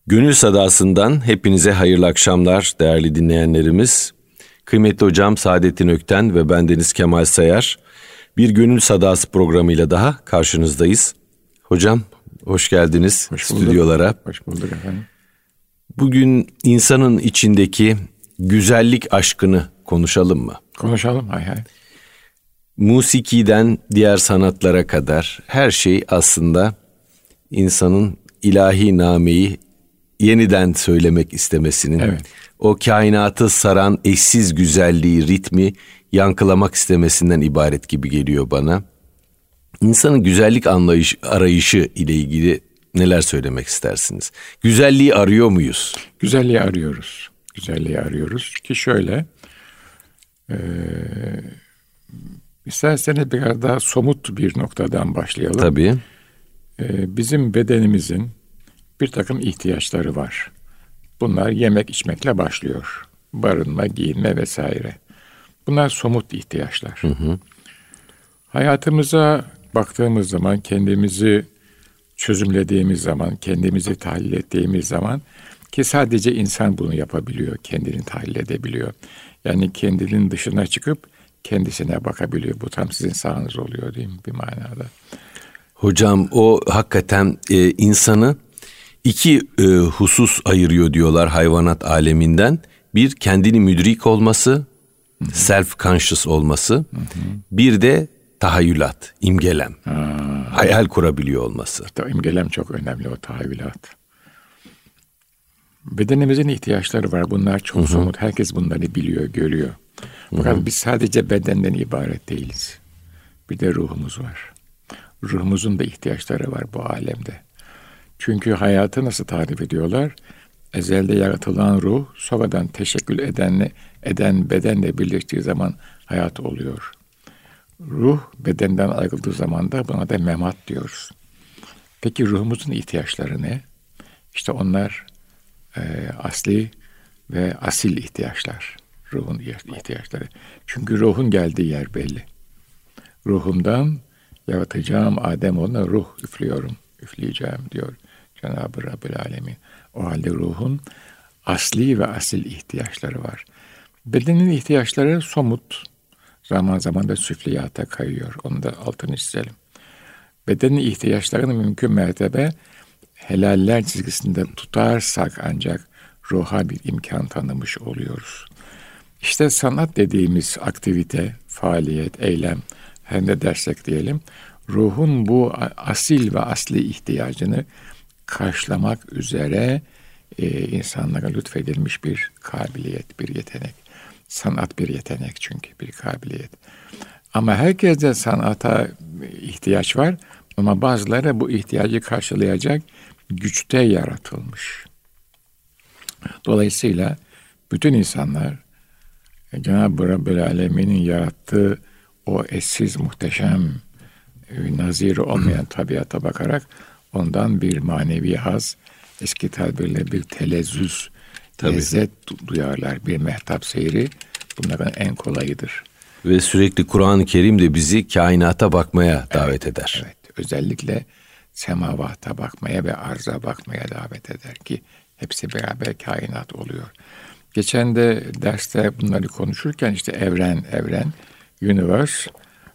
Gönül Sadası'ndan hepinize hayırlı akşamlar değerli dinleyenlerimiz. Kıymetli hocam Saadettin Ökten ve bendeniz Kemal Sayar. Bir Gönül Sadası programıyla daha karşınızdayız. Hocam hoş geldiniz stüdyolara. Hoş bulduk efendim. Bugün insanın içindeki güzellik aşkını konuşalım mı? Konuşalım hay. Musikiden diğer sanatlara kadar her şey aslında insanın ilahi nameyi yeniden söylemek istemesinin, evet, o kainatı saran eşsiz güzelliği, ritmi yankılamak istemesinden ibaret gibi geliyor bana. İnsanın güzellik arayışı ile ilgili neler söylemek istersiniz? Güzelliği arıyor muyuz? Güzelliği arıyoruz. Güzelliği arıyoruz ki şöyle, isterseniz biraz daha somut bir noktadan başlayalım. Tabii. Bizim bedenimizin bir takım ihtiyaçları var. Bunlar yemek içmekle başlıyor. Barınma, giyinme vesaire. Bunlar somut ihtiyaçlar. Hayatımıza baktığımız zaman, kendimizi çözümlediğimiz zaman, kendimizi tahlil ettiğimiz zaman, ki sadece insan bunu yapabiliyor, kendini tahlil edebiliyor. Yani kendinin dışına çıkıp kendisine bakabiliyor. Bu tam sizin sahanız oluyor değil mi bir manada? Hocam o hakikaten insanı iki husus ayırıyor diyorlar hayvanat aleminden. Bir, kendini müdrik olması, self-conscious olması. Bir de tahayyülat, imgelem. Hayal kurabiliyor olması. İşte imgelem çok önemli, o tahayyülat. Bedenimizin ihtiyaçları var. Bunlar çok somut. Herkes bunları biliyor, görüyor. Fakat biz sadece bedenden ibaret değiliz. Bir de ruhumuz var. Ruhumuzun da ihtiyaçları var bu alemde. Çünkü hayatı nasıl tarif ediyorlar? Ezelde yaratılan ruh, sonradan teşekkül eden bedenle birleştiği zaman hayat oluyor. Ruh bedenden ayrıldığı zaman da buna da memat diyoruz. Peki ruhumuzun ihtiyaçları ne? İşte onlar asli ve asil ihtiyaçlar. Ruhun ihtiyaçları. Çünkü ruhun geldiği yer belli. Ruhumdan yaratacağım Ademoğluna ruh üfleyeceğim diyor Cenab-ı Rabbül Alemin. O halde ruhun asli ve asil ihtiyaçları var. Bedenin ihtiyaçları somut, zaman zaman da süfliyata kayıyor. Onu da altını çizelim. Bedenin ihtiyaçlarını mümkün mertebe helaller çizgisinde tutarsak ancak ruha bir imkan tanımış oluyoruz. İşte sanat dediğimiz aktivite, faaliyet, eylem, hem de dersek diyelim, ruhun bu asil ve asli ihtiyacını karşılamak üzere insanlara lütfedilmiş bir kabiliyet, bir yetenek. Sanat bir yetenek çünkü, bir kabiliyet. Ama herkeste sanata ihtiyaç var ama bazıları bu ihtiyacı karşılayacak güçte yaratılmış. Dolayısıyla bütün insanlar Cenab-ı Rabbül Alemin'in yarattığı o eşsiz, muhteşem, naziri olmayan tabiata bakarak ondan bir manevi haz, eski tabirle bir telezzüz, lezzet duyarlar. Bir mehtap seyri bunların en kolayıdır. Ve sürekli Kur'an-ı Kerim de bizi kainata bakmaya davet eder. Evet, özellikle semavata bakmaya ve arza bakmaya davet eder ki hepsi beraber kainat oluyor. Geçen de derste bunları konuşurken işte evren, universe,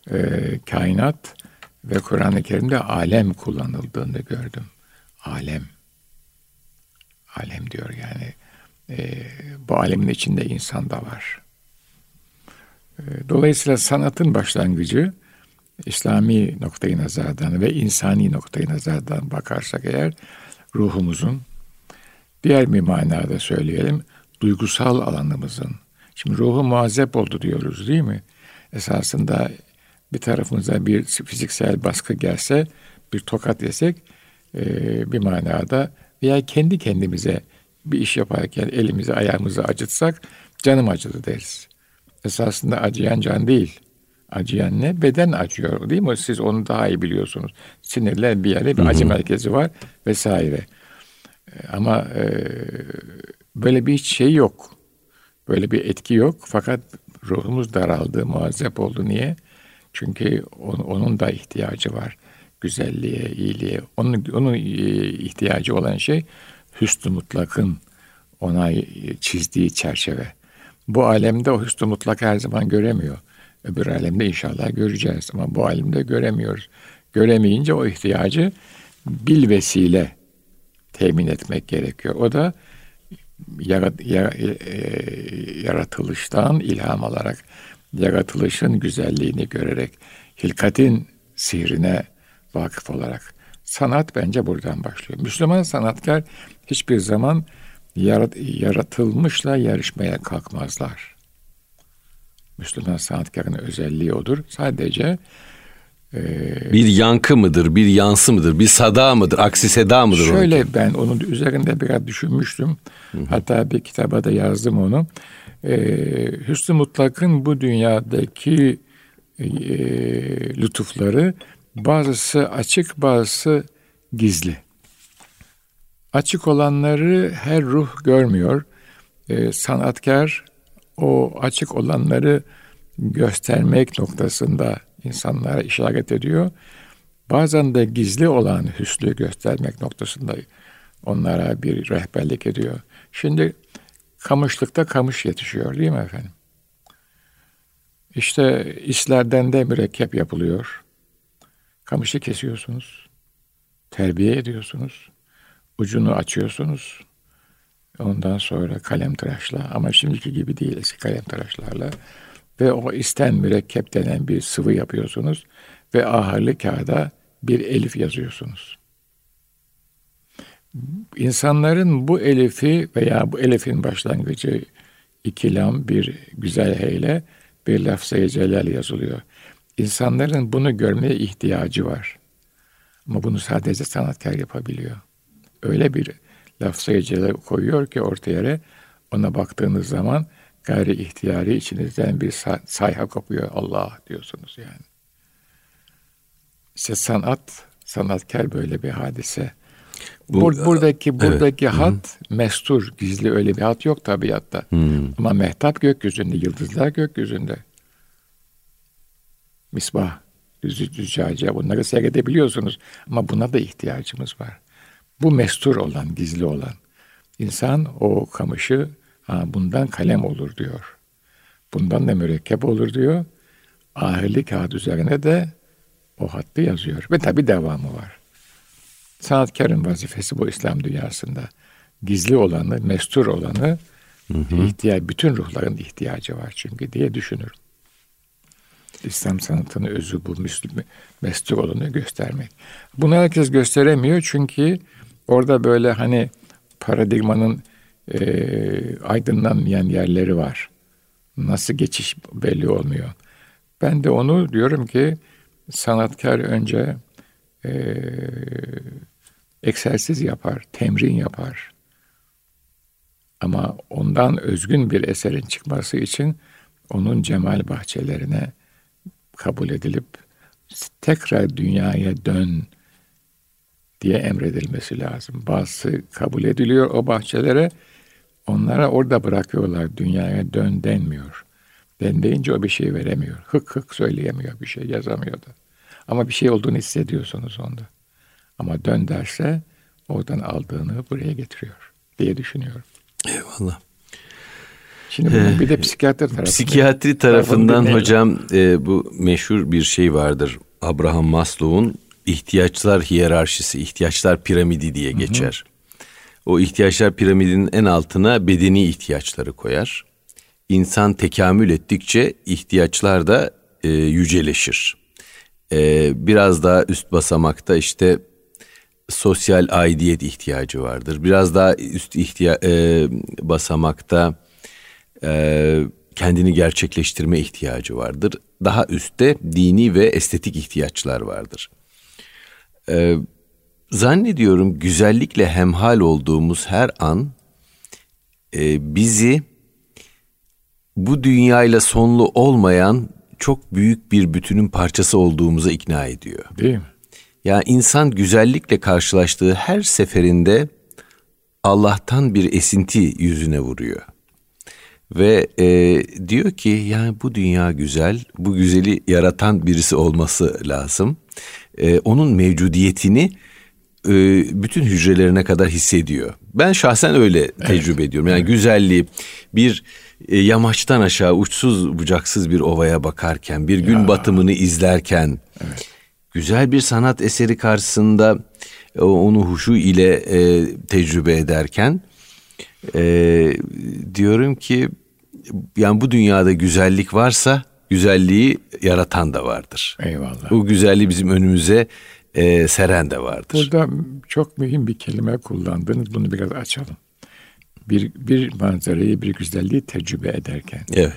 kainat ve Kur'an-ı Kerim'de alem kullanıldığını gördüm. Alem diyor yani. Bu alemin içinde insan da var. Dolayısıyla sanatın başlangıcı İslami noktayı nazardan ve insani noktayı nazardan bakarsak eğer ruhumuzun, diğer bir manada söyleyelim, duygusal alanımızın. Şimdi ruhu muazzep oldu diyoruz değil mi? Esasında bir tarafımıza bir fiziksel baskı gelse, bir tokat yesek bir manada veya kendi kendimize bir iş yaparken elimizi ayağımızı acıtsak canım acıdı deriz. Esasında acıyan can değil. Acıyan ne? Beden acıyor değil mi? Siz onu daha iyi biliyorsunuz. Sinirler bir yerde bir acı merkezi var vesaire. Ama böyle bir şey yok. Böyle bir etki yok. Fakat ruhumuz daraldı, muazzep oldu. Niye? Çünkü onun da ihtiyacı var. Güzelliğe, iyiliğe. Onun ihtiyacı olan şey hüsnü mutlakın ona çizdiği çerçeve. Bu alemde o hüsnü mutlak her zaman göremiyor. Öbür alemde inşallah göreceğiz ama bu alemde göremiyoruz. Göremeyince o ihtiyacı bil vesile temin etmek gerekiyor. O da yaratılıştan ilham alarak, yaratılışın güzelliğini görerek, hilkatin sihrine vakıf olarak. Sanat bence buradan başlıyor. Müslüman sanatkar hiçbir zaman yaratılmışla yarışmaya kalkmazlar. Müslüman sanatkarın özelliği odur. Sadece bir yankı mıdır, bir yansı mıdır, bir sada mıdır, aksi seda mıdır? Şöyle ben onun üzerinde biraz düşünmüştüm. Hatta bir kitaba da yazdım onu. Hüsnü Mutlak'ın bu dünyadaki lütufları bazısı açık, bazısı gizli. Açık olanları her ruh görmüyor. Sanatkar o açık olanları göstermek noktasında insanlara işaret ediyor. Bazen de gizli olan hüsnü göstermek noktasında onlara bir rehberlik ediyor. Şimdi kamışlıkta kamış yetişiyor değil mi efendim? İşte islerden de mürekkep yapılıyor. Kamışı kesiyorsunuz. Terbiye ediyorsunuz. Ucunu açıyorsunuz. Ondan sonra kalem tıraşla, ama şimdiki gibi değil, eski kalem tıraşlarla ve o isten mürekkep denen bir sıvı yapıyorsunuz ve ahırlı kağıda bir elif yazıyorsunuz. İnsanların bu elifi veya bu elifin başlangıcı iki lam, bir güzel heyle, bir lafz-ı celal yazılıyor. İnsanların bunu görmeye ihtiyacı var. Ama bunu sadece sanatkar yapabiliyor. Öyle bir lafz-ı celal koyuyor ki ortaya, ona baktığınız zaman gayri ihtiyari içinizden bir sayha kopuyor. Allah diyorsunuz yani. İşte sanatkar böyle bir hadise. Buradaki evet. Hat mestur, gizli, öyle bir hat yok tabiatta. Ama mehtap gökyüzünde, yıldızlar gökyüzünde. Misbah, züccaciye, bunları seyredebiliyorsunuz. Ama buna da ihtiyacımız var. Bu mestur olan, gizli olan. İnsan o kamışı, bundan kalem olur diyor. Bundan da mürekkep olur diyor. Ahirli kağıt üzerine de o hattı yazıyor. Ve tabii devamı var. Sanatkarın vazifesi bu İslam dünyasında. Gizli olanı, mestur olanı, bütün ruhların ihtiyacı var çünkü diye düşünürüm. İslam sanatının özü bu, mestur olanı göstermek. Bunu herkes gösteremiyor çünkü orada böyle hani paradigmanın aydınlanmayan yerleri var. Nasıl geçiş belli olmuyor. Ben de onu diyorum ki sanatkar önce egzersiz yapar, temrin yapar. Ama ondan özgün bir eserin çıkması için onun cemal bahçelerine kabul edilip tekrar dünyaya dön diye emredilmesi lazım. Bazısı kabul ediliyor o bahçelere, onlara orada bırakıyorlar, dünyaya dön denmiyor. Den deyince o bir şey veremiyor. Hık hık söyleyemiyor, bir şey yazamıyor da. Ama bir şey olduğunu hissediyorsunuz onda. Ama dön derse oradan aldığını buraya getiriyor diye düşünüyorum. Eyvallah. Şimdi bunun bir de psikiyatri tarafından hocam bu meşhur bir şey vardır. Abraham Maslow'un ihtiyaçlar hiyerarşisi, ihtiyaçlar piramidi diye geçer. O ihtiyaçlar piramidinin en altına bedeni ihtiyaçları koyar. İnsan tekamül ettikçe ihtiyaçlar da yüceleşir. Biraz daha üst basamakta işte sosyal aidiyet ihtiyacı vardır. Biraz daha üst basamakta kendini gerçekleştirme ihtiyacı vardır. Daha üstte dini ve estetik ihtiyaçlar vardır. Zannediyorum güzellikle hemhal olduğumuz her an bizi bu dünyayla sonlu olmayan çok büyük bir bütünün parçası olduğumuza ikna ediyor. Değil mi? Yani insan güzellikle karşılaştığı her seferinde Allah'tan bir esinti yüzüne vuruyor. Ve diyor ki yani bu dünya güzel, bu güzeli yaratan birisi olması lazım. Onun mevcudiyetini bütün hücrelerine kadar hissediyor. Ben şahsen öyle tecrübe ediyorum. Yani güzelliği bir yamaçtan aşağı uçsuz bucaksız bir ovaya bakarken, bir gün batımını izlerken, güzel bir sanat eseri karşısında onu huşu ile tecrübe ederken diyorum ki yani bu dünyada güzellik varsa güzelliği yaratan da vardır. Eyvallah. Bu güzelliği bizim önümüze seren de vardır. Burada çok mühim bir kelime kullandınız. Bunu biraz açalım. Bir manzarayı, bir güzelliği tecrübe ederken. Evet.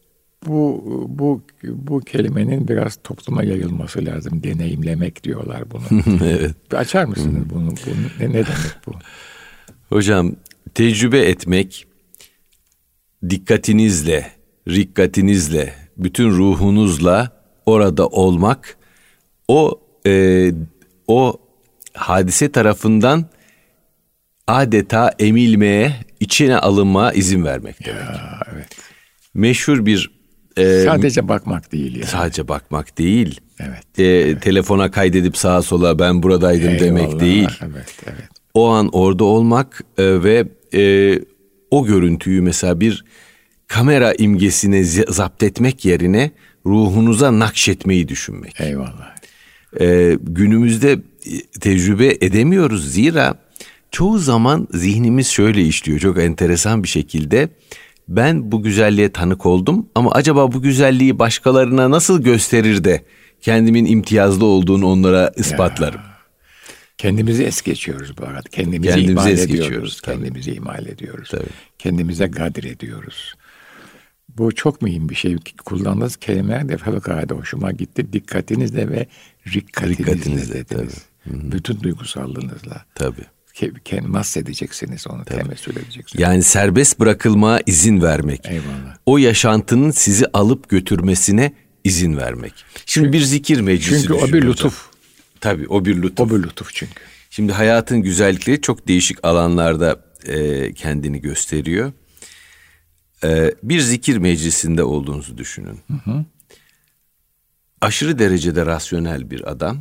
Bu kelimenin biraz topluma yayılması lazım. Deneyimlemek diyorlar bunu. Evet. Bir açar mısınız bunu? Ne demek bu? Hocam, tecrübe etmek, dikkatinizle, rikkatinizle, bütün ruhunuzla orada olmak, o hadise tarafından adeta emilmeye, içine alınmaya izin vermek demek. Evet. Meşhur bir... sadece bakmak değil yani. Sadece bakmak değil. Evet. Telefona kaydedip sağa sola ben buradaydım demek değil. Evet. O an orada olmak ve o görüntüyü mesela bir kamera imgesine zapt etmek yerine ruhunuza nakşetmeyi düşünmek. Eyvallah. Günümüzde tecrübe edemiyoruz. Zira çoğu zaman zihnimiz şöyle işliyor çok enteresan bir şekilde. Ben bu güzelliğe tanık oldum ama acaba bu güzelliği başkalarına nasıl gösterir de kendimin imtiyazlı olduğunu onlara ispatlarım. Kendimizi es geçiyoruz bu arada. Kendimizi ihmal ediyoruz. Tabii. Kendimize gadir ediyoruz. Bu çok mühim bir şey. Kullandığınız kelimeler de fevkalade hoşuma gitti. Dikkatinizle ve rikkatinizle dediniz. Bütün duygusallığınızla. Tabii. Mahsedeceksiniz onu, temessül edeceksiniz. Yani serbest bırakılmaya izin vermek. Eyvallah. O yaşantının sizi alıp götürmesine izin vermek. Şimdi bir zikir meclisi çünkü o bir lütuf. Tabii o bir lütuf. O bir lütuf çünkü. Şimdi hayatın güzellikleri çok değişik alanlarda kendini gösteriyor. Bir zikir meclisinde olduğunuzu düşünün. Aşırı derecede rasyonel bir adam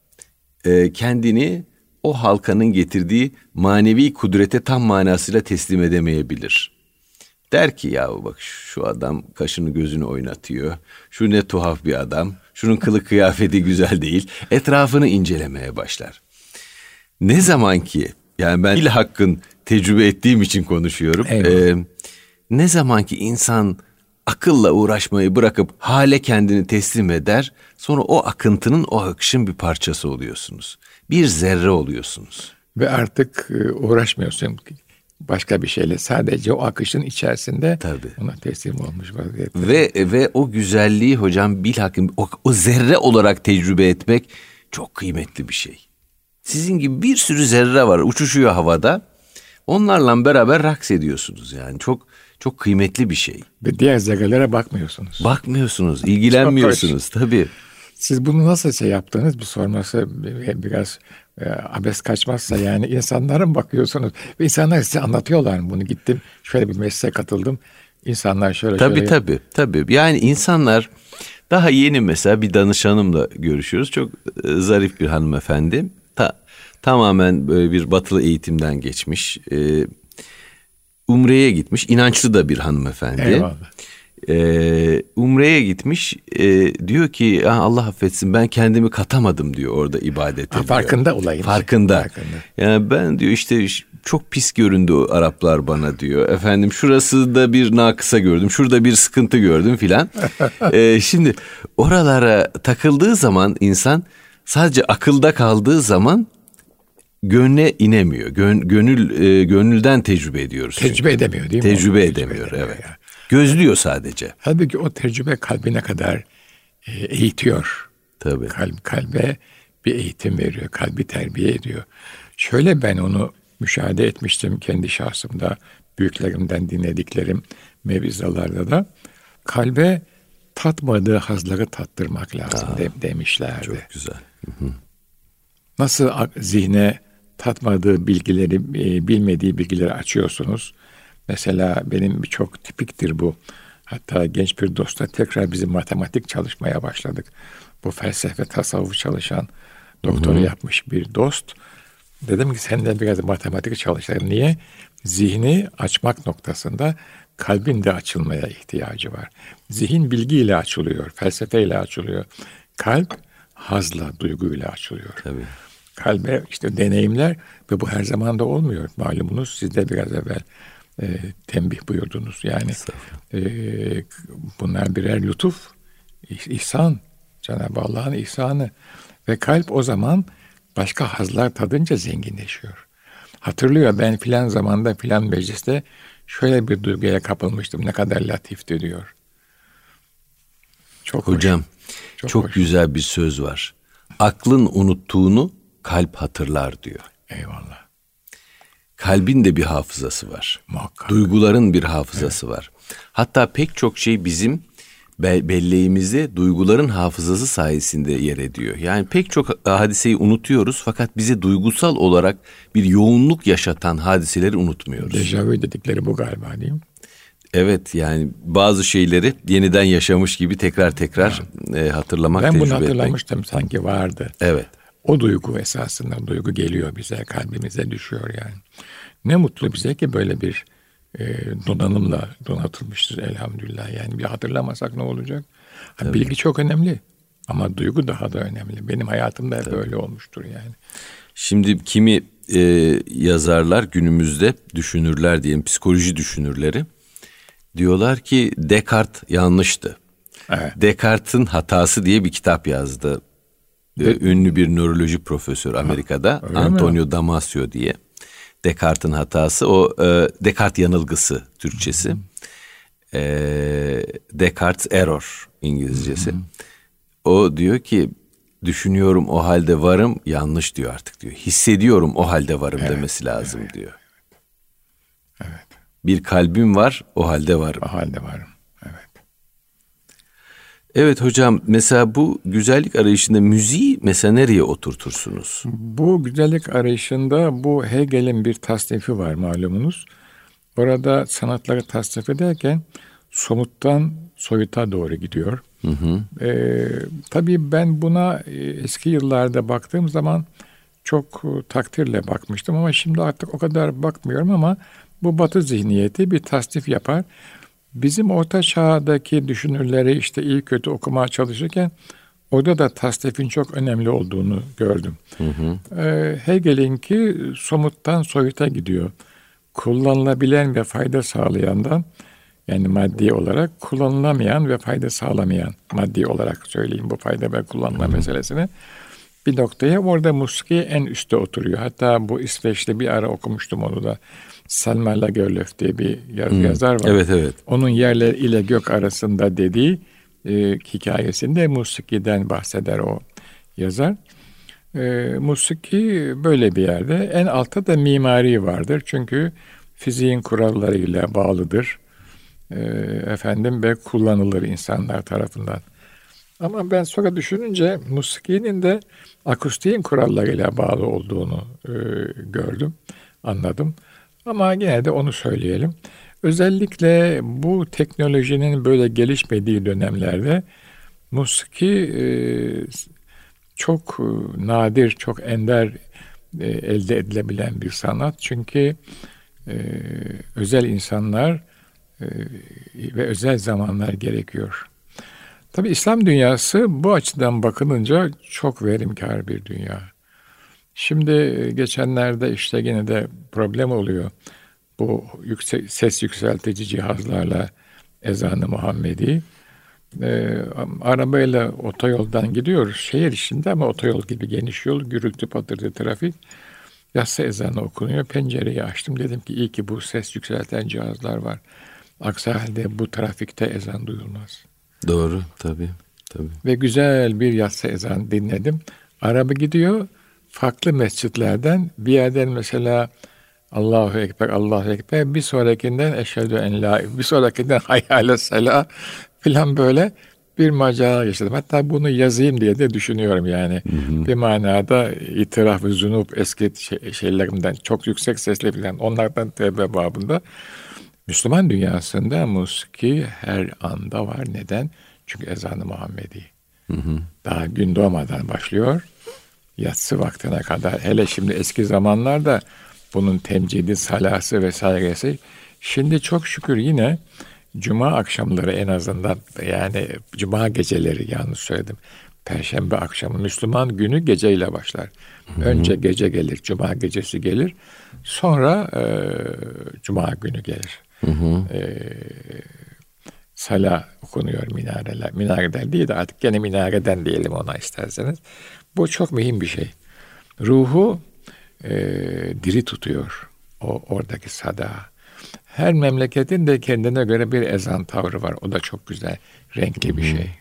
kendini o halkanın getirdiği manevi kudrete tam manasıyla teslim edemeyebilir. Der ki ya bak şu adam kaşını gözünü oynatıyor. Şu ne tuhaf bir adam. Şunun kılık kıyafeti güzel değil. Etrafını incelemeye başlar. Ne zaman ki yani ben ilhakkın tecrübe ettiğim için konuşuyorum. Ne zaman ki insan akılla uğraşmayı bırakıp hale kendini teslim eder, sonra o akıntının, o akışın bir parçası oluyorsunuz. Bir zerre oluyorsunuz. Ve artık uğraşmıyorsun başka bir şeyle. Sadece o akışın içerisinde ona teslim olmuş vaziyette. Ve o güzelliği hocam bilhakim o zerre olarak tecrübe etmek çok kıymetli bir şey. Sizin gibi bir sürü zerre var, uçuşuyor havada. Onlarla beraber raks ediyorsunuz yani. Çok kıymetli bir şey. Ve diğer zerrelere bakmıyorsunuz. Bakmıyorsunuz, ilgilenmiyorsunuz tabii. Siz bunu nasıl yaptınız? Bir sorması biraz abes kaçmazsa yani insanlara mı bakıyorsunuz? Ve insanlar size anlatıyorlar mı bunu? Gittim şöyle bir mesleğe katıldım. İnsanlar şöyle. Tabii. Yani insanlar daha yeni mesela bir danışanımla görüşüyoruz. Çok zarif bir hanımefendi. Tamamen böyle bir batılı eğitimden geçmiş. Umre'ye gitmiş. İnançlı da bir hanımefendi. Eyvallah. Umre'ye gitmiş. Diyor ki Allah affetsin ben kendimi katamadım diyor orada ibadete. Farkında olayım. Farkında. Yani ben diyor işte çok pis göründü o Araplar bana diyor. Efendim şurası da bir nakısa gördüm. Şurada bir sıkıntı gördüm filan. Şimdi oralara takıldığı zaman insan sadece akılda kaldığı zaman gönle inemiyor. Gönülden tecrübe ediyoruz. Tecrübe edemiyor değil mi? Tecrübe edemiyor evet. Ya. Gözlüyor sadece. Halbuki o tecrübe kalbine kadar eğitiyor. Tabii. Kalbe bir eğitim veriyor. Kalbi terbiye ediyor. Şöyle ben onu müşahede etmiştim kendi şahsımda. Büyüklerimden dinlediklerim mevizalarda da. Kalbe tatmadığı hazları tattırmak lazım demişlerdi. Çok güzel. Nasıl zihne tatmadığı bilgileri, bilmediği bilgileri açıyorsunuz. Mesela benim çok tipiktir bu. Hatta genç bir dostla tekrar bizim matematik çalışmaya başladık. Bu felsefe, tasavvuf çalışan doktoru yapmış bir dost. Dedim ki sen de biraz matematik çalışalım. Niye? Zihni açmak noktasında kalbin de açılmaya ihtiyacı var. Zihin bilgiyle açılıyor, felsefeyle açılıyor. Kalp hazla, duyguyla açılıyor. Tabii. Kalbe işte deneyimler ve bu her zaman da olmuyor. Malumunuz siz de biraz evvel tembih buyurdunuz. Yani bunlar birer lütuf, ihsan. Cenab-ı Allah'ın ihsanı. Ve kalp o zaman başka hazlar tadınca zenginleşiyor. Hatırlıyor, ben filan zamanda filan mecliste şöyle bir duyguya kapılmıştım. Ne kadar latifti diyor. Çok Hocam hoş. Çok hoş. güzel bir söz var. Aklın unuttuğunu kalp hatırlar diyor. Eyvallah. Kalbin de bir hafızası var. Muhakkak. Duyguların bir hafızası var. Hatta pek çok şey bizim belleğimizde duyguların hafızası sayesinde yer ediyor. Yani pek çok hadiseyi unutuyoruz fakat bize duygusal olarak bir yoğunluk yaşatan hadiseleri unutmuyoruz. Dejavu dedikleri bu galiba, değil mi? Evet, yani bazı şeyleri yeniden yaşamış gibi tekrar hatırlamak, ben tecrübe bunu etmek. Hatırlamıştım, sanki vardı. Evet. O duygu esasında, duygu geliyor bize, kalbimize düşüyor yani. Ne mutlu bize ki böyle bir donanımla donatılmıştır elhamdülillah. Yani bir hatırlamasak ne olacak? Tabii. Bilgi çok önemli ama duygu daha da önemli. Benim hayatımda hep öyle olmuştur yani. Şimdi kimi yazarlar günümüzde, düşünürler diyelim, psikoloji düşünürleri diyorlar ki Descartes yanlıştı. Evet. Descartes'in hatası diye bir kitap yazdı. Ünlü bir nöroloji profesörü Amerika'da, Antonio Damasio diye. Descartes'in hatası, o Descartes yanılgısı Türkçesi. Descartes error İngilizcesi. O diyor ki düşünüyorum o halde varım, yanlış diyor artık diyor. Hissediyorum o halde varım demesi lazım diyor. Evet. Bir kalbim var, o halde varım. O halde varım. Evet. Evet hocam, mesela bu güzellik arayışında müziği mesela nereye oturtursunuz? Bu güzellik arayışında bu Hegel'in bir tasnifi var malumunuz. Orada sanatları tasnif ederken somuttan soyuta doğru gidiyor. Tabii ben buna eski yıllarda baktığım zaman çok takdirle bakmıştım ama şimdi artık o kadar bakmıyorum ama bu Batı zihniyeti bir tasnif yapar. Bizim Orta Çağ'daki düşünürleri işte iyi kötü okumaya çalışırken orada da tasnifin çok önemli olduğunu gördüm. Hegel'inki somuttan soyuta gidiyor. Kullanılabilen ve fayda sağlayandan, yani maddi olarak, kullanılamayan ve fayda sağlamayan, maddi olarak söyleyeyim bu fayda ve kullanma meselesini, bir noktaya, orada musiki en üstte oturuyor. Hatta bu İsveç'te bir ara okumuştum onu da. Selma Lagerlöf diye bir yazar var. Evet, evet. Onun yerler ile gök arasında dediği hikayesinde musikiden bahseder o yazar. Musiki böyle bir yerde. En altta da mimari vardır. Çünkü fiziğin kurallarıyla bağlıdır. Ve kullanılır insanlar tarafından. Ama ben sonra düşününce musikinin de akustiğin kurallarıyla bağlı olduğunu gördüm, anladım. Ama yine de onu söyleyelim. Özellikle bu teknolojinin böyle gelişmediği dönemlerde musiki çok nadir, çok ender elde edilebilen bir sanat. Çünkü özel insanlar ve özel zamanlar gerekiyor. Tabii İslam dünyası bu açıdan bakılınca çok verimkar bir dünya. Şimdi geçenlerde işte yine de problem oluyor. Bu ses yükseltici cihazlarla ezan-ı Muhammedi. Arabayla otoyoldan gidiyoruz. Şehir içinde ama otoyol gibi geniş yol, gürültü patırtı trafik. Yatsı ezanı okunuyor. Pencereyi açtım. Dedim ki iyi ki bu ses yükselten cihazlar var. Aksi halde bu trafikte ezan duyulmaz. Doğru, tabii. Ve güzel bir yatsı ezanı dinledim. Araba gidiyor. Farklı mescitlerden bir yerden mesela Allahu Ekber, Allahu Ekber, bir sonrakinden eşhedü en la, bir sonrakinden hayyâle selâ filan, böyle bir macera yaşadım. Hatta bunu yazayım diye de düşünüyorum yani. Bir manada itiraf-ı zunup, eski şeylerimden çok yüksek sesle filan, onlardan tevbe babında. Müslüman dünyasında musiki her anda var. Neden? Çünkü ezan-ı Muhammedi. Daha gün doğmadan başlıyor. yatsı vaktine kadar, hele şimdi eski zamanlarda bunun temcidi, salası vesairesi. Şimdi çok şükür yine cuma akşamları en azından, yani cuma geceleri, yanlış söyledim. Perşembe akşamı, Müslüman günü geceyle başlar. Önce gece gelir, cuma gecesi gelir. Sonra cuma günü gelir. Sala okunuyor minareler. Minareden değil de artık gene minareden diyelim ona isterseniz. Bu çok mühim bir şey. Ruhu diri tutuyor oradaki sada. Her memleketin de kendine göre bir ezan tavrı var. O da çok güzel, renkli bir şey.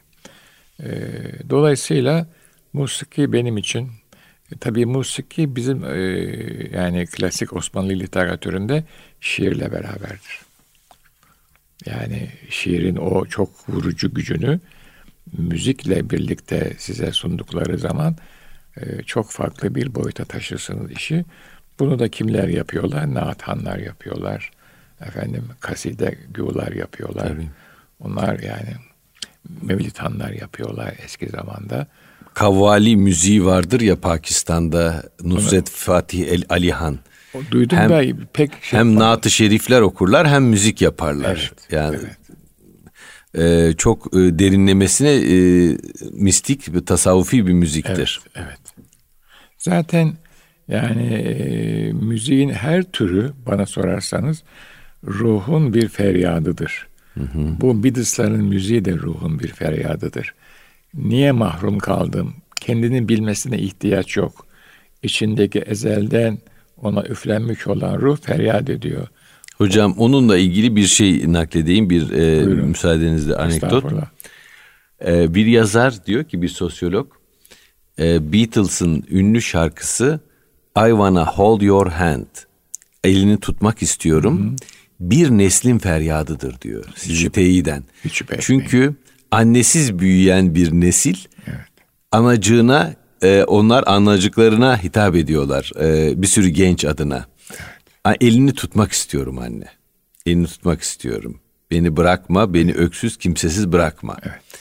Dolayısıyla musiki benim için, tabii musiki bizim yani klasik Osmanlı literatüründe şiirle beraberdir. Yani şiirin o çok vurucu gücünü müzikle birlikte size sundukları zaman çok farklı bir boyuta taşırsınız işi. Bunu da kimler yapıyorlar? Naathanlar yapıyorlar. Efendim kaside güğüler yapıyorlar. Tabii. Onlar yani mevlidhanlar yapıyorlar eski zamanda. Kavvali müziği vardır ya Pakistan'da, Nusret Fatih Alihan. Duydum da pek şey. Hem naat-ı şerifler okurlar hem müzik yaparlar. Evet, yani evet. Çok derinlemesine mistik ve tasavvufi bir müziktir. Evet, evet. Zaten yani müziğin her türü bana sorarsanız ruhun bir feryadıdır. Bu Beatles'ların müziği de ruhun bir feryadıdır. Niye mahrum kaldım? Kendini bilmesine ihtiyaç yok. İçindeki ezelden ona üflenmiş olan ruh feryat ediyor. Hocam onunla ilgili bir şey nakledeyim, bir müsaadenizle anekdot. Bir yazar diyor ki, bir sosyolog, Beatles'ın ünlü şarkısı I Wanna Hold Your Hand, elini tutmak istiyorum, bir neslin feryadıdır diyor, sizi teyiden. Çünkü annesiz büyüyen bir nesil, anacığına, onlar anacıklarına hitap ediyorlar, bir sürü genç adına. Elini tutmak istiyorum anne, elini tutmak istiyorum, beni bırakma, beni öksüz kimsesiz bırakma.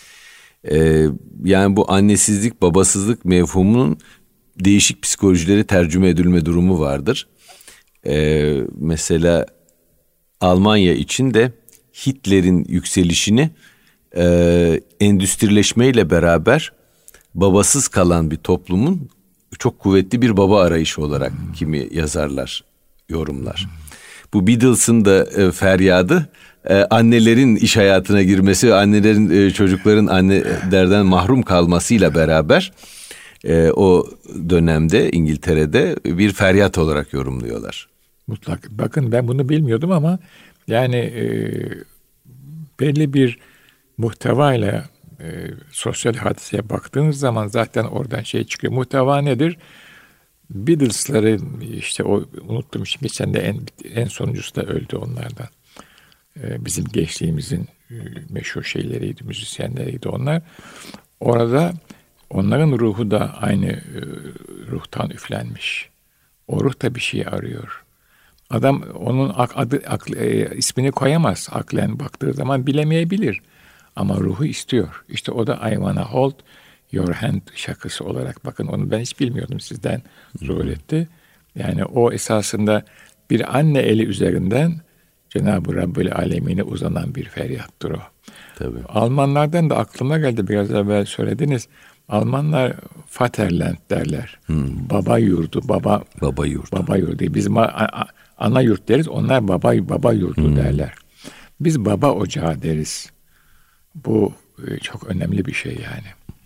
Yani bu annesizlik, babasızlık mefhumunun değişik psikolojilere tercüme edilme durumu vardır. Mesela Almanya için de Hitler'in yükselişini endüstrileşmeyle beraber babasız kalan bir toplumun çok kuvvetli bir baba arayışı olarak kimi yazarlar yorumlar. Bu Beatles'ın da feryadı, annelerin iş hayatına girmesi, annelerin çocukların annelerden mahrum kalmasıyla beraber o dönemde İngiltere'de bir feryat olarak yorumluyorlar. Mutlak. Bakın ben bunu bilmiyordum ama yani belli bir muhtevayla sosyal hadiseye baktığınız zaman zaten oradan şey çıkıyor. Muhteva nedir? Beatles'ları işte o unuttum şimdi, geçen de en sonuncusu da öldü onlardan. Bizim gençliğimizin meşhur şeyleriydi, müzisyenleriydi onlar. Orada onların ruhu da aynı ruhtan üflenmiş. O ruh da bir şey arıyor. Adam onun ismini koyamaz. Aklen baktığı zaman bilemeyebilir. Ama ruhu istiyor. İşte o da I Wanna Hold Your Hand şarkısı olarak. Bakın onu ben hiç bilmiyordum, sizden zuhur etti. Yani o esasında bir anne eli üzerinden Cenab-ı Rabbül Alemin'e uzanan bir feryattır o. Tabii. Almanlardan da aklıma geldi, biraz evvel söylediniz. Almanlar Vaterland derler. Baba yurdu, baba yurdu. Biz ana yurt deriz, onlar baba yurdu derler. Biz baba ocağı deriz. Bu çok önemli bir şey yani.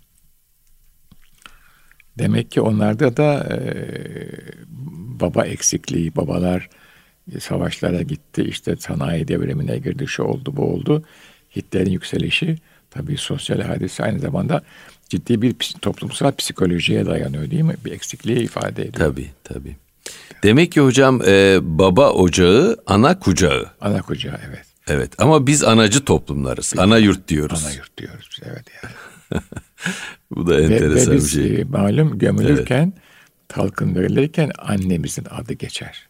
Demek ki onlarda da baba eksikliği, babalar savaşlara gitti, işte sanayi devrimine girdi, şu oldu, bu oldu. Hitler'in yükselişi tabii sosyal hadise, aynı zamanda ciddi bir toplumsal psikolojiye dayanıyor değil mi? Bir eksikliği ifade ediyor. Tabii. Demek ki hocam baba ocağı, ana kucağı. Ana kucağı, evet. Evet, ama biz anacı toplumlarız. Ana yurt diyoruz. Ana yurt diyoruz, evet yani. Bu da enteresan ve bir şey. Biz malum gömülürken, talkın verilirken annemizin adı geçer.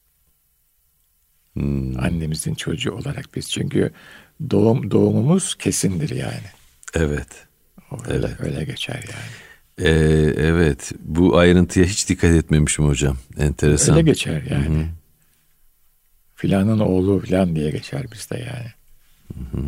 Annemizin çocuğu olarak biz, çünkü doğumumuz kesindir yani. Evet. Öyle geçer yani. Evet, bu ayrıntıya hiç dikkat etmemişim hocam. Enteresan. Öyle geçer yani. Hı-hı. Filanın oğlu filan diye geçer bizde yani. Hı-hı.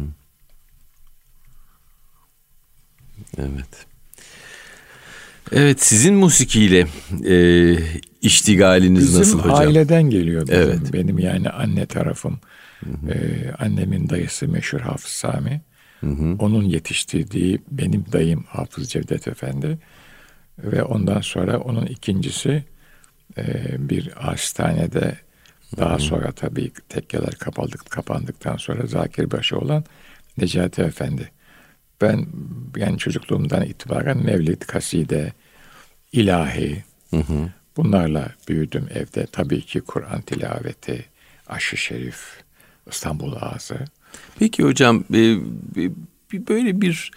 Evet. Evet, sizin musikiyle iştigaliniz bizim nasıl hocam? Bizim aileden geliyor. Evet. Benim yani anne tarafım. Annemin dayısı meşhur Hafız Sami. Hı-hı. Onun yetiştirdiği benim dayım Hafız Cevdet Efendi. Ve ondan sonra onun ikincisi bir hastanede, daha sonra tabii tekkeler kapandıktan sonra Zakirbaşı olan Necati Efendi. Ben yani çocukluğumdan itibaren mevlid, kaside, ilahi, bunlarla büyüdüm evde. Tabii ki Kur'an tilaveti, aşı şerif, İstanbul Ağzı. Peki hocam, böyle bir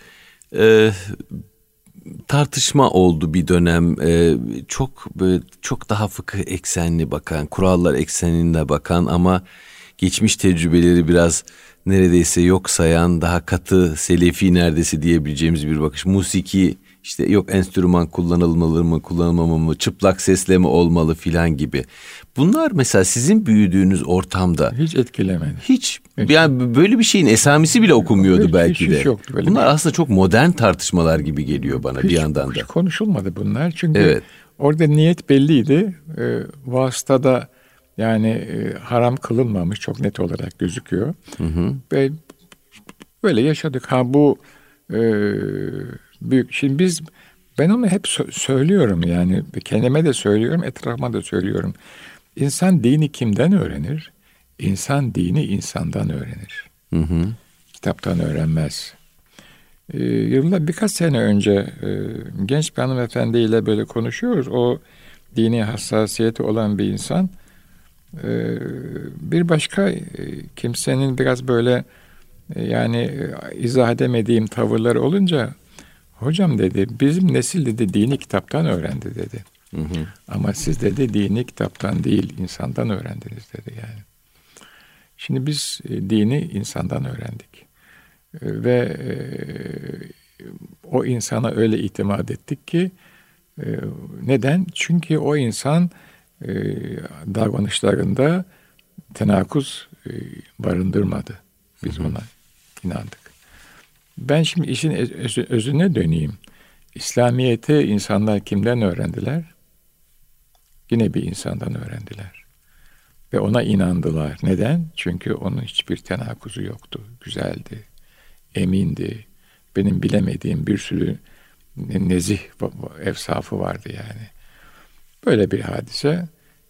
tartışma oldu bir dönem. Çok daha fıkıh eksenli bakan, kurallar ekseninde bakan ama geçmiş tecrübeleri biraz neredeyse yok sayan, daha katı, selefi neredeyse diyebileceğimiz bir bakış. Musiki işte yok enstrüman kullanılmalı mı, kullanılmamalı mı, çıplak sesle mi olmalı filan gibi. Bunlar mesela sizin büyüdüğünüz ortamda hiç etkilemedi. Hiç yani böyle bir şeyin esamesi bile okunmuyordu belki de. Yoktu böyle. Bunlar aslında çok modern tartışmalar gibi geliyor bana bir yandan da. Hiç konuşulmadı bunlar çünkü orada niyet belliydi. Vasıtada yani haram kılınmamış, çok net olarak gözüküyor. Ve böyle yaşadık. Bu büyük. Şimdi ben onu hep söylüyorum yani, kendime de söylüyorum, etrafıma da söylüyorum. İnsan dini kimden öğrenir? İnsan dini insandan öğrenir. Kitaptan öğrenmez. Birkaç sene önce genç bir hanımefendiyle böyle konuşuyoruz. O dini hassasiyeti olan bir insan. Bir başka kimsenin biraz böyle yani izah edemediğim tavırları olunca, hocam dedi, bizim nesil dedi dini kitaptan öğrendi dedi. Ama siz dedi dini kitaptan değil insandan öğrendiniz dedi yani. Şimdi biz dini insandan öğrendik. Ve o insana öyle itimat ettik ki neden? Çünkü o insan davranışlarında tenakuz barındırmadı. Biz ona inandık. Ben şimdi işin özüne döneyim. İslamiyet'i insanlar kimden öğrendiler? Yine bir insandan öğrendiler. Ve ona inandılar. Neden? Çünkü onun hiçbir tenakuzu yoktu. Güzeldi, emindi. Benim bilemediğim bir sürü nezih evsafı vardı yani. Böyle bir hadise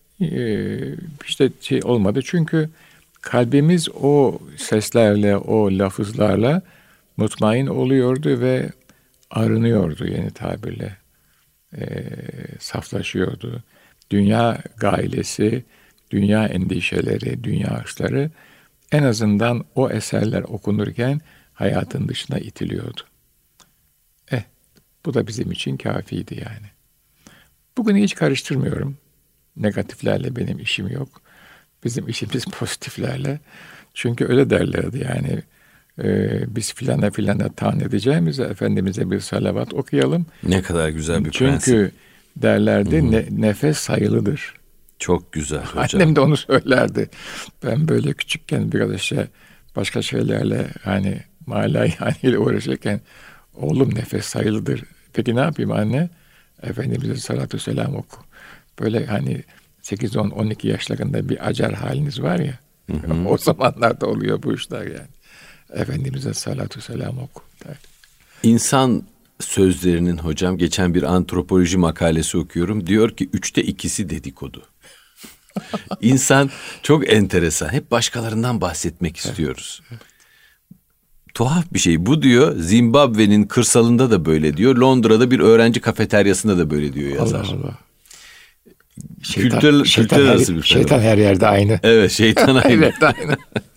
işte olmadı. Çünkü kalbimiz o seslerle, o lafızlarla mutmain oluyordu ve arınıyordu yeni tabirle. Saflaşıyordu. Dünya gailesi, dünya endişeleri, dünya hırsları en azından o eserler okunurken hayatın dışına itiliyordu. Bu da bizim için kafiydi yani. Bugün hiç karıştırmıyorum. Negatiflerle benim işim yok. Bizim işimiz pozitiflerle. Çünkü öyle derlerdi yani. Biz filana ta'n edeceğimize Efendimiz'e bir salavat okuyalım. Ne kadar güzel bir prensip. Çünkü derlerdi nefes sayılıdır. Çok güzel hocam. Annem de onu söylerdi. Ben böyle küçükken biraz işte başka şeylerle hani ile uğraşırken oğlum nefes sayılıdır. Peki ne yapayım anne? Efendimiz'e salatu selam oku. Böyle hani 8, 10, 12 yaşlarında bir acar haliniz var ya. O zamanlarda oluyor bu işler yani. Efendimiz'e salatu selam oku der. İnsan sözlerinin hocam, geçen bir antropoloji makalesi okuyorum. Diyor ki 3'te 2'si dedikodu. İnsan çok enteresan. Hep başkalarından bahsetmek istiyoruz. Tuhaf bir şey. Bu diyor Zimbabwe'nin kırsalında da böyle diyor. Londra'da bir öğrenci kafeteryasında da böyle diyor yazar. Allah Allah. Kültürel arası bir şeytan her yerde aynı. Evet, şeytan aynı. Evet, aynı.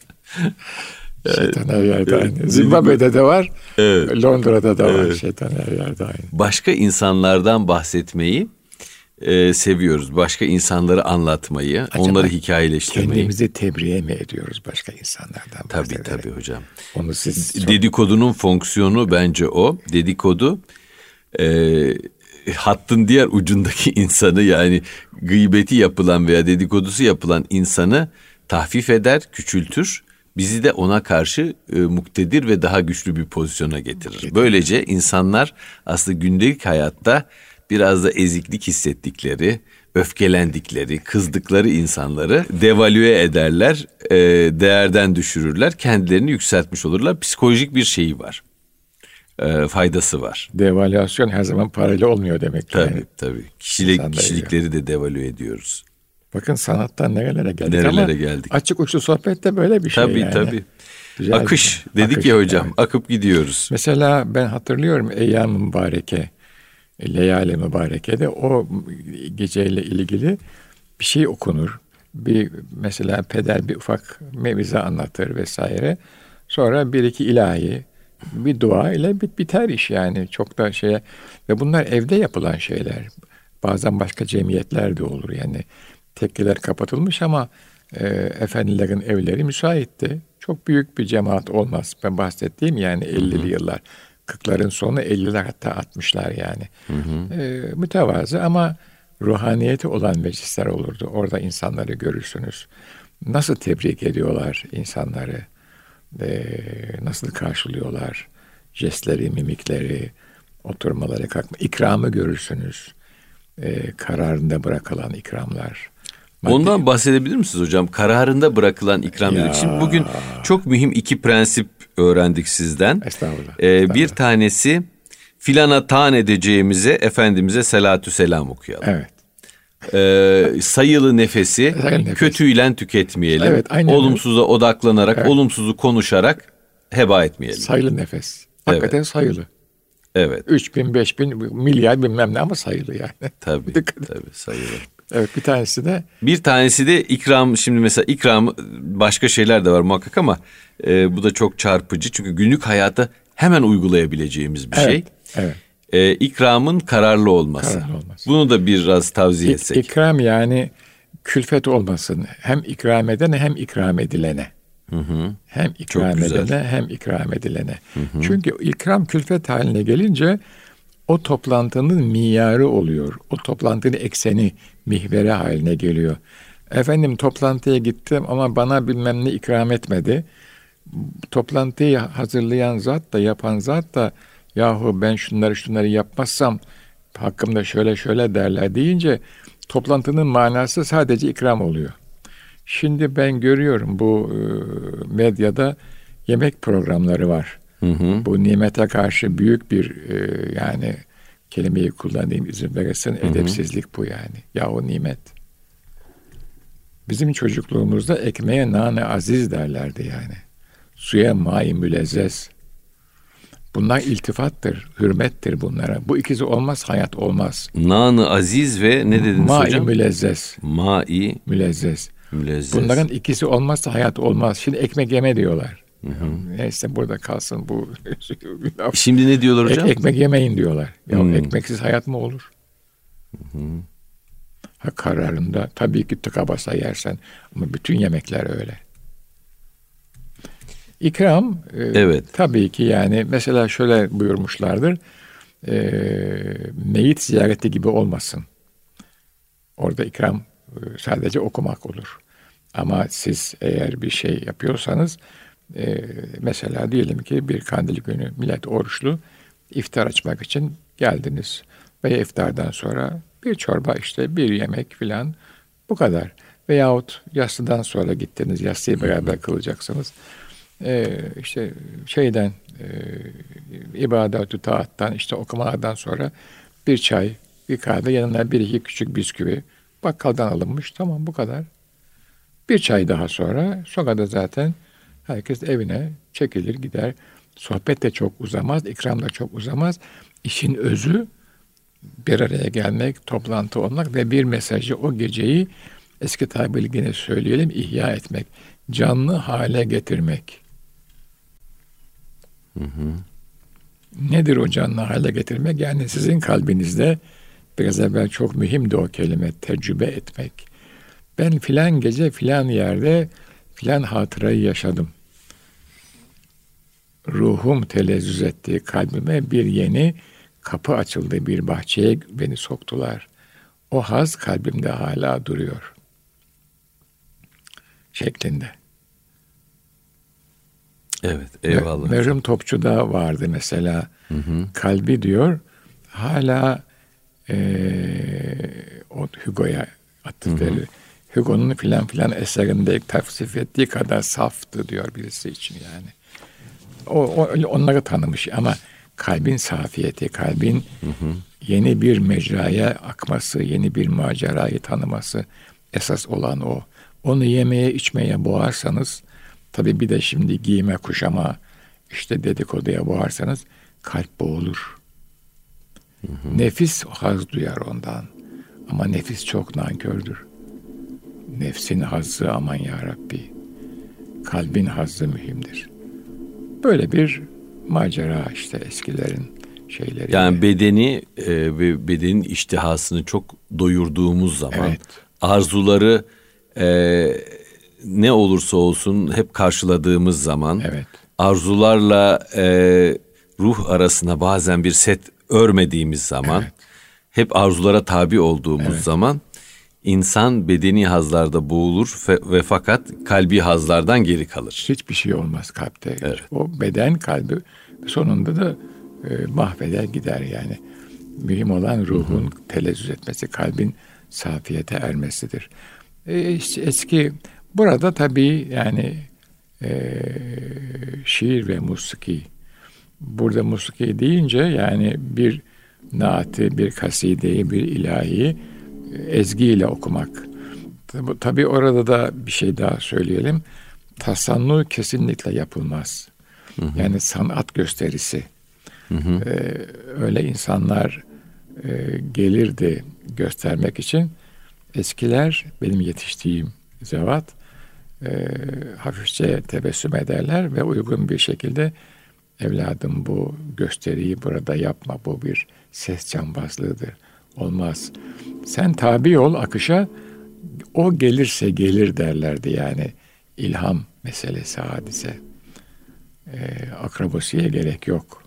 Şeytan her yerde aynı. Zimbabwe'de de var. Evet. Londra'da da var. Şeytan her yerde aynı. Başka insanlardan bahsetmeyi seviyoruz. Başka insanları anlatmayı, acaba onları hikayeleştirmeyi. Kendimizi tebriğe mi ediyoruz başka insanlardan? Tabii hocam. Onu siz Dedikodunun fonksiyonu bence o. Dedikodu hattın diğer ucundaki insanı, yani gıybeti yapılan veya dedikodusu yapılan insanı tahfif eder, küçültür. Bizi de ona karşı muktedir ve daha güçlü bir pozisyona getirir. Böylece insanlar aslında gündelik hayatta biraz da eziklik hissettikleri, öfkelendikleri, kızdıkları insanları devalüe ederler, değerden düşürürler, kendilerini yükseltmiş olurlar. Psikolojik bir şeyi var, faydası var. Devalüasyon her zaman parayla olmuyor demek. Tabii yani. tabii. Kişilikleri de devalüe ediyoruz. Bakın sanattan nerelere geldik Nerelere geldik. Açık uçlu sohbet de böyle bir şey tabii, yani. Tabii. Güzel akış dedik akış, ya hocam, evet. Akıp gidiyoruz. Mesela ben hatırlıyorum Eyyam-ı Mübareke, Leyali Mübareke'de o geceyle ilgili bir şey okunur. Mesela peder bir ufak mevize anlatır vesaire. Sonra bir iki ilahi, bir dua ile biter iş yani. Çok da ve bunlar evde yapılan şeyler. Bazen başka cemiyetler de olur yani. Tekkeler kapatılmış ama efendilerin evleri müsaitti. Çok büyük bir cemaat olmaz. Ben bahsettiğim yani 50'li yıllar. 40'ların sonu 50'ler hatta 60'lar yani. Mütevazı ama ruhaniyeti olan meclisler olurdu. Orada insanları görürsünüz. Nasıl tebrik ediyorlar insanları. Nasıl karşılıyorlar. Jestleri, mimikleri, oturmaları, kalkma. İkramı görürsünüz. Kararında bırakılan ikramlar. Ondan bahsedebilir misiniz hocam? Kararında bırakılan ikram dedik. Şimdi bugün çok mühim 2 prensip öğrendik sizden. Estağfurullah. Bir tanesi, filana taan edeceğimize Efendimiz'e selatü selam okuyalım. Evet. Sayılı nefesi kötüyle tüketmeyelim. Evet, aynen olumsuza odaklanarak, olumsuzu konuşarak heba etmeyelim. Sayılı nefes. Hakikaten sayılı. Evet. 3000, 5000, milyar bilmem ne ama sayılı yani. Tabii sayılı. Evet, bir tanesi de ikram. Şimdi mesela ikram, başka şeyler de var muhakkak ama bu da çok çarpıcı. Çünkü günlük hayata hemen uygulayabileceğimiz bir şey. Evet. İkramın kararlı olması. Bunu da biraz tavsiye etsek. İkram yani külfet olmasın. Hem ikram edene hem ikram edilene. Hem ikram edene hem ikram edilene. Çünkü ikram külfet haline gelince o toplantının miyarı oluyor. O toplantının ekseni, mihveri haline geliyor. Efendim toplantıya gittim ama bana bilmem ne ikram etmedi. Toplantıyı hazırlayan zat da, yapan zat da, yahu ben şunları yapmazsam hakkımda şöyle derler deyince toplantının manası sadece ikram oluyor. Şimdi ben görüyorum bu medyada yemek programları var. Bu nimete karşı büyük bir yani kelimeyi kullanayım, izin verirsen, edepsizlik bu yani. Yahu nimet. Bizim çocukluğumuzda ekmeğe nane aziz derlerdi yani. Suya mai mülezzez. Bunlar iltifattır, hürmettir bunlara. Bu ikisi olmaz, hayat olmaz. Nane aziz ve ne dediniz hocam? Mülezzez. Mai mülezzez. Mülezzez. Bunların ikisi olmazsa hayat olmaz. Şimdi ekmek yeme diyorlar. Neyse burada kalsın bu. Şimdi ne diyorlar hocam? Ekmek yemeyin diyorlar. Ya ekmeksiz hayat mı olur? Ha, kararında tabii ki tıka basa yersen ama bütün yemekler öyle. İkram evet. Tabii ki yani mesela şöyle buyurmuşlardır. Meyit ziyareti gibi olmasın. Orada ikram sadece okumak olur. Ama siz eğer bir şey yapıyorsanız mesela diyelim ki bir kandil günü millet oruçlu, iftar açmak için geldiniz ve iftardan sonra bir çorba, işte bir yemek filan, bu kadar. Veyahut yatsıdan sonra gittiniz, yatsıyı beraber kılacaksınız. İşte ibadet-ü taattan, işte okumalardan sonra bir çay, bir kahve, yanına bir iki küçük bisküvi bakkaldan alınmış, tamam, bu kadar. Bir çay daha sonra da zaten herkes evine çekilir gider. Sohbet de çok uzamaz, ikram da çok uzamaz. İşin özü bir araya gelmek, toplantı olmak ve bir mesajı, o geceyi eski tabiriyle yine söyleyelim, ihya etmek, canlı hale getirmek. Nedir o canlı hale getirmek? Yani sizin kalbinizde, biraz evvel çok mühimdi o kelime, tecrübe etmek. Ben filan gece filan yerde filan hatırayı yaşadım. Ruhum telezzüz etti, kalbime bir yeni kapı açıldı, bir bahçeye beni soktular. O haz kalbimde hala duruyor. Şeklinde. Evet, eyvallah. Merhum Topçu'da vardı mesela. Kalbi diyor, hala o Hugo'ya atıf veriyor. Hugo'nun filan filan eserinde tavsif ettiği kadar saftı diyor birisi için yani. Onları tanımış ama kalbin safiyeti, kalbin yeni bir mecraya akması, yeni bir macerayı tanıması esas olan o. Onu yemeye içmeye boğarsanız, tabii bir de şimdi giyime kuşama, işte dedikoduya boğarsanız kalp boğulur. Nefis haz duyar ondan. Ama nefis çok nankördür. Nefsin hazzı aman ya Rabbi. Kalbin hazzı mühimdir. Böyle bir macera işte eskilerin şeyleri. Yani bedeni ve bedenin iştihasını çok doyurduğumuz zaman, evet, arzuları ne olursa olsun hep karşıladığımız zaman, evet, arzularla ruh arasına bazen bir set örmediğimiz zaman, evet, hep arzulara tabi olduğumuz evet, zaman insan bedeni hazlarda boğulur ve fakat kalbi hazlardan geri kalır. hiçbir şey olmaz kalpte. Evet. O beden kalbi sonunda da mahveder gider yani. Mühim olan ruhun telezzüz etmesi, kalbin safiyete ermesidir. İşte eski burada tabii yani şiir ve musiki. Burada musiki deyince yani bir naati, bir kasideyi, bir ilahiyi ezgiyle okumak. Tabii orada da bir şey daha söyleyelim. Tasannu kesinlikle yapılmaz. Yani sanat gösterisi. Öyle insanlar gelirdi göstermek için. Eskiler, benim yetiştiğim zevat, hafifçe tebessüm ederler ve uygun bir şekilde evladım bu gösteriyi burada yapma, bu bir ses cambazlığıdır. Olmaz. Sen tabi ol akışa, o gelirse gelir derlerdi yani. İlham meselesi, hadise. Akrobasiye gerek yok.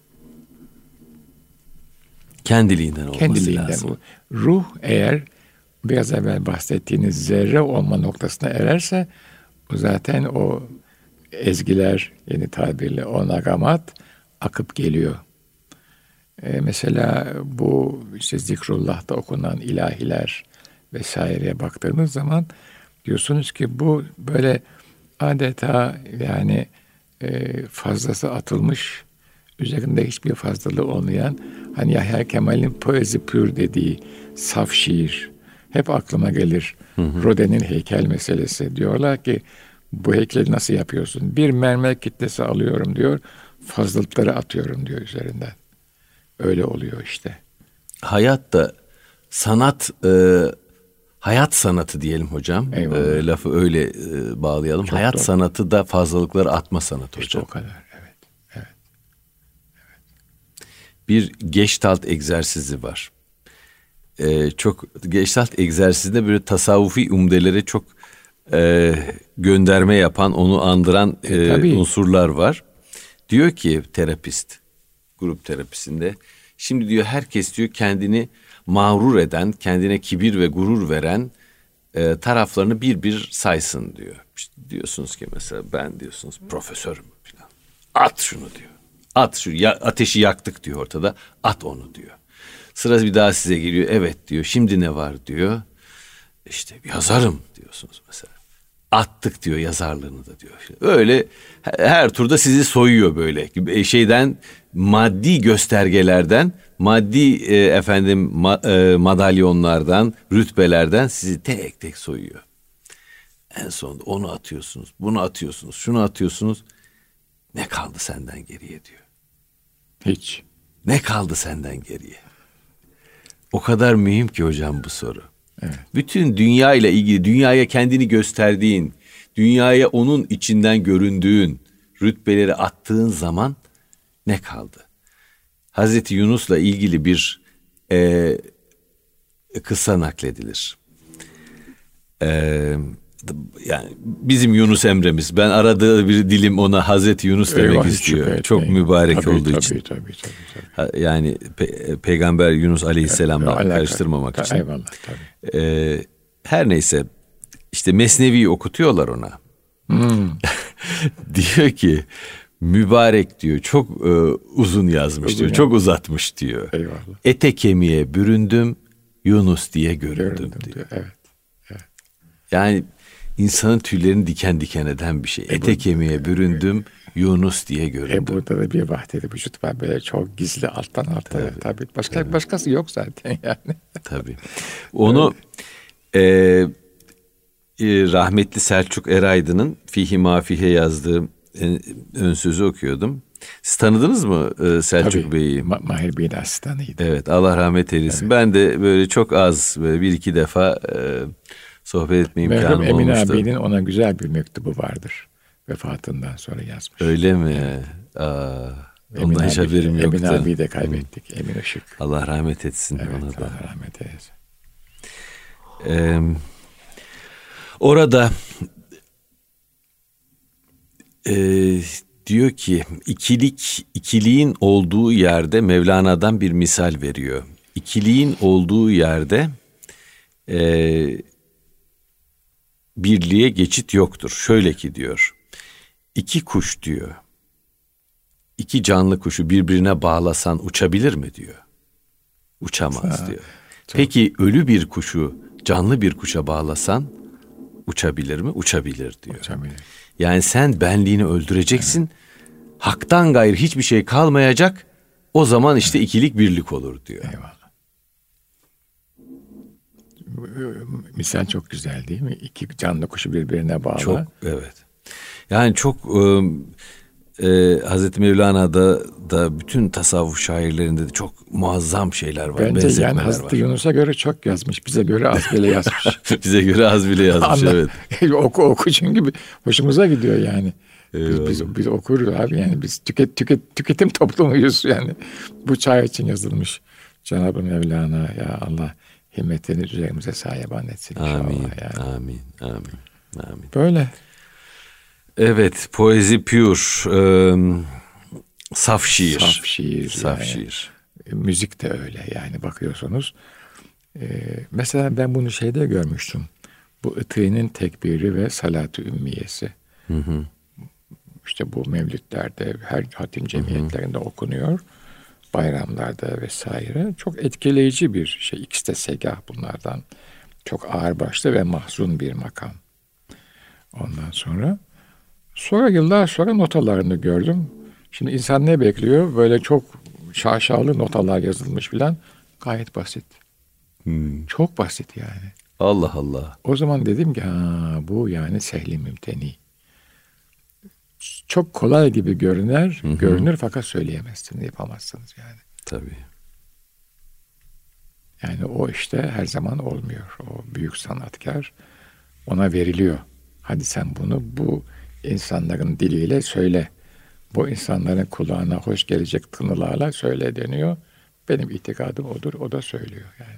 Kendiliğinden olması lazım. Bu. Ruh eğer biraz evvel bahsettiğiniz zerre olma noktasına ererse, zaten o ezgiler, yeni tabirle o nagamat akıp geliyor. Mesela bu işte Zikrullah'ta okunan ilahiler vesaireye baktığınız zaman diyorsunuz ki bu böyle adeta yani fazlası atılmış, üzerinde hiçbir fazlalığı olmayan, hani Yahya Kemal'in poezi pür dediği saf şiir hep aklıma gelir. Rodin'in heykel meselesi. Diyorlar ki bu heykeli nasıl yapıyorsun? Bir mermer kitlesi alıyorum diyor, fazlalıkları atıyorum diyor üzerinden. Öyle oluyor işte. Hayat da sanat, hayat sanatı diyelim hocam. Lafı öyle bağlayalım. Çok hayat doğru. Sanatı da fazlalıkları atma sanatı İşte hocam. o kadar. Evet. Evet. Bir Gestalt egzersizi var. Çok Gestalt egzersizinde böyle tasavvufi umdelere çok gönderme yapan, onu andıran unsurlar var. Diyor ki terapist, grup terapisinde, şimdi diyor herkes diyor kendini mağrur eden, kendine kibir ve gurur veren taraflarını bir bir saysın diyor. İşte diyorsunuz ki mesela ben diyorsunuz profesörüm falan. At şunu diyor. At şu ateşi yaktık diyor ortada. At onu diyor. Sırası bir daha size geliyor. Evet diyor. Şimdi ne var diyor. İşte yazarım diyorsunuz mesela. Attık diyor yazarlığını da diyor. Öyle her turda sizi soyuyor böyle. Şeyden, maddi göstergelerden, maddi madalyonlardan, rütbelerden sizi tek tek soyuyor. En sonunda onu atıyorsunuz, bunu atıyorsunuz, şunu atıyorsunuz. Ne kaldı senden geriye diyor. Hiç. Ne kaldı senden geriye? O kadar mühim ki hocam bu soru. Evet. Bütün dünya ile ilgili, dünyaya kendini gösterdiğin, dünyaya onun içinden göründüğün rütbeleri attığın zaman ne kaldı? Hazreti Yunus'la ilgili bir kıssa nakledilir. yani bizim Yunus Emre'miz. Ben aradığı bir dilim ona Hazreti Yunus demek Eyvah, istiyor. Çok mübarek olduğu için. Tabii. Yani Peygamber Yunus Aleyhisselam'la karıştırmamak için. Eyvallah tabii. Her neyse işte Mesnevi'yi okutuyorlar ona. Diyor ki mübarek diyor çok uzun yazmış diyor. Çok uzatmış diyor. Eyvallah. Ete kemiğe büründüm Yunus diye göründüm diyor. Evet. Yani insanın tüylerini diken diken eden bir şey. Ete kemiğe büründüm Yunus diye göründüm. Burada da bir vahdeti vücut var böyle çok gizli alttan alta. Tabii. Başkası yok zaten yani. Tabii. Onu rahmetli Selçuk Eraydın'ın Fihi Mafihe yazdığı ön sözü okuyordum. Siz tanıdınız mı Selçuk Tabii, Bey'i? Mahir Bey'in asistanıydı. Evet, Allah rahmet eylesin. Evet. Ben de böyle çok az, böyle bir iki defa sohbet etme imkanım olmuştu. Emin abinin ona güzel bir mektubu vardır. Vefatından sonra yazmış. Öyle mi? Ondan hiç haberim yoktu. Emin abiyi de kaybettik. Emin Işık. Allah rahmet etsin evet, ona da. Allah rahmet eylesin. Orada diyor ki ikiliğin olduğu yerde Mevlana'dan bir misal veriyor. İkiliğin olduğu yerde birliğe geçit yoktur. Şöyle ki diyor. İki kuş diyor. İki canlı kuşu birbirine bağlasan uçabilir mi diyor. Uçamaz diyor. Peki ölü bir kuşu canlı bir kuşa bağlasan uçabilir mi? Uçabilir diyor. Uçabilir. Yani sen benliğini öldüreceksin. Evet. Haktan gayrı hiçbir şey kalmayacak. O zaman işte ikilik birlik olur diyor. Eyvallah. Misal çok güzel değil mi? İki canlı kuşu birbirine bağla. Çok, evet. Yani çok Hazreti Mevlana'da da bütün tasavvuf şairlerinde de çok muazzam şeyler var. Bence yani Hazreti Yunus'a göre çok yazmış. Bize göre az bile yazmış. Bize göre az bile yazmış, evet. Oku çünkü hoşumuza gidiyor yani. Biz okuruz abi yani biz tüketim toplumuyuz yani. Bu çağ için yazılmış. Cenab-ı Mevlana ya Allah himmetini üzerimize sahiban etsin inşallah. Amin, yani. amin. Böyle. Evet, poezi pure, saf şiir. Saf şiir. Müzik de öyle yani bakıyorsunuz. Mesela ben bunu şeyde görmüştüm. Bu Iti'nin tekbiri ve salat-ı ümmiyesi. Hı. İşte bu mevlütlerde, her hatim cemiyetlerinde okunuyor. Bayramlarda vesaire. Çok etkileyici bir şey. İkisi de segah bunlardan. Çok ağırbaşlı ve mahzun bir makam. Ondan sonra yıllar sonra notalarını gördüm. Şimdi insan ne bekliyor? Böyle çok şaşalı notalar yazılmış filan. Gayet basit. Çok basit yani. Allah Allah. O zaman dedim ki bu yani sehli mümteni. Çok kolay gibi görünür fakat söyleyemezsiniz, yapamazsınız yani. Tabii. Yani o işte her zaman olmuyor. O büyük sanatkar ona veriliyor. Hadi sen bunu bu insanların diliyle söyle. Bu insanların kulağına hoş gelecek tınılarla söyle deniyor. Benim itikadım odur. O da söylüyor yani.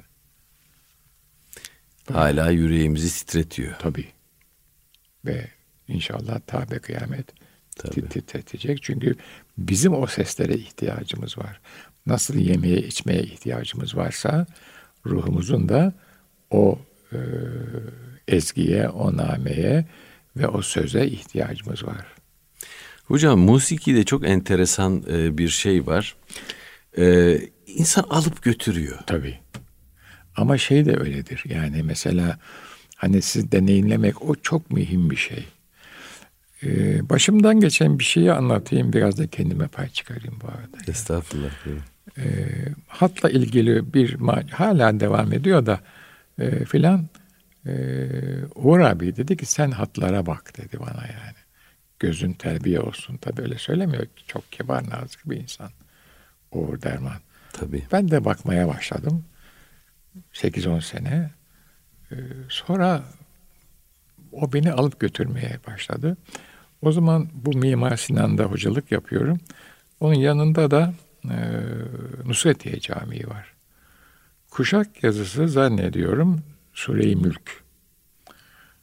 Hala yüreğimizi titretiyor. Tabii. Ve inşallah ta be kıyamet titretecek. Çünkü bizim o seslere ihtiyacımız var. Nasıl yemeye içmeye ihtiyacımız varsa ruhumuzun da o ezgiye, o nameye ve o söze ihtiyacımız var. Hocam musikide çok enteresan bir şey var. İnsan alıp götürüyor. Tabii. Ama şey de öyledir. Yani mesela hani siz deneyimlemek o çok mühim bir şey. Başımdan geçen bir şeyi anlatayım. Biraz da kendime pay çıkarayım bu arada. Estağfurullah. Hatla ilgili bir hala devam ediyor da filan. Uğur abi dedi ki sen hatlara bak dedi bana yani. Gözün terbiye olsun. Tabii öyle söylemiyor ki. Çok kibar, nazik bir insan. Uğur Derman. Tabii. Ben de bakmaya başladım. 8-10 sene. Sonra o beni alıp götürmeye başladı. O zaman bu Mimar Sinan'da hocalık yapıyorum. Onun yanında da Nusretiye Camii var. Kuşak yazısı zannediyorum Sure-i Mülk.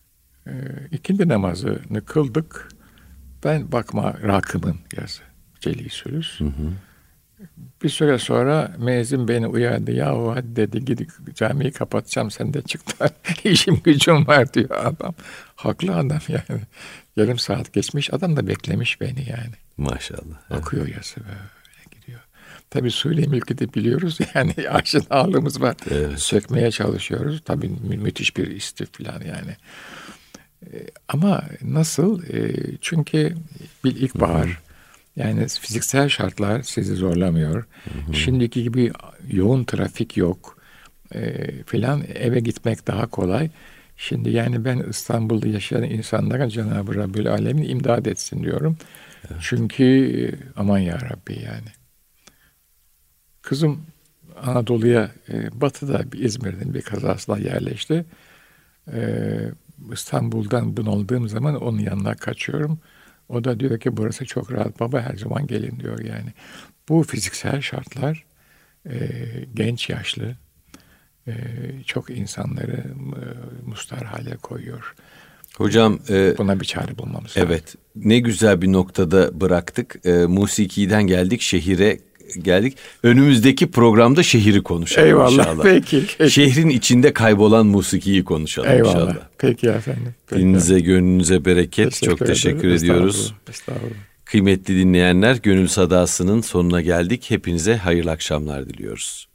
İkindi namazını kıldık. Ben bakma Rakım'ın yazı. Celil Sülüs. Bir süre sonra müezzin beni uyardı. Yahu hadi dedi, gidip camiyi kapatacağım, sen de çık da işim gücüm var diyor adam. Haklı adam yani. Yarım saat geçmiş, adam da beklemiş beni yani. Maşallah. Okuyor yazı böyle gidiyor. Tabii suyla mülkü de biliyoruz yani, aşinalığımız var. Evet. Sökmeye çalışıyoruz. Tabii müthiş bir istiflan yani. Ama nasıl? Çünkü bir ilkbahar. Yani fiziksel şartlar sizi zorlamıyor. Şimdiki gibi yoğun trafik yok. Filan, eve gitmek daha kolay. Şimdi yani ben İstanbul'da yaşayan insanlara Cenab-ı Rabbül Alemin imdad etsin diyorum. Evet. Çünkü aman ya Rabbi yani. Kızım Anadolu'ya batıda bir İzmir'den bir kazasıyla yerleşti. İstanbul'dan bunaldığım zaman onun yanına kaçıyorum. O da diyor ki burası çok rahat baba, her zaman gelin diyor yani. Bu fiziksel şartlar genç yaşlı çok insanları mustar hale koyuyor. Hocam buna bir çare bulmamız lazım. Evet, ne güzel bir noktada bıraktık. Musikiden geldik, şehire geldik. Önümüzdeki programda şehri konuşalım eyvallah, inşallah. Peki. Şehrin içinde kaybolan musikiyi konuşalım eyvallah. İnşallah. Peki efendim. Peki. Dilinize, gönlünüze bereket. Çok teşekkür ediyoruz. Estağfurullah. Kıymetli dinleyenler, Gönül Sadası'nın sonuna geldik. Hepinize hayırlı akşamlar diliyoruz.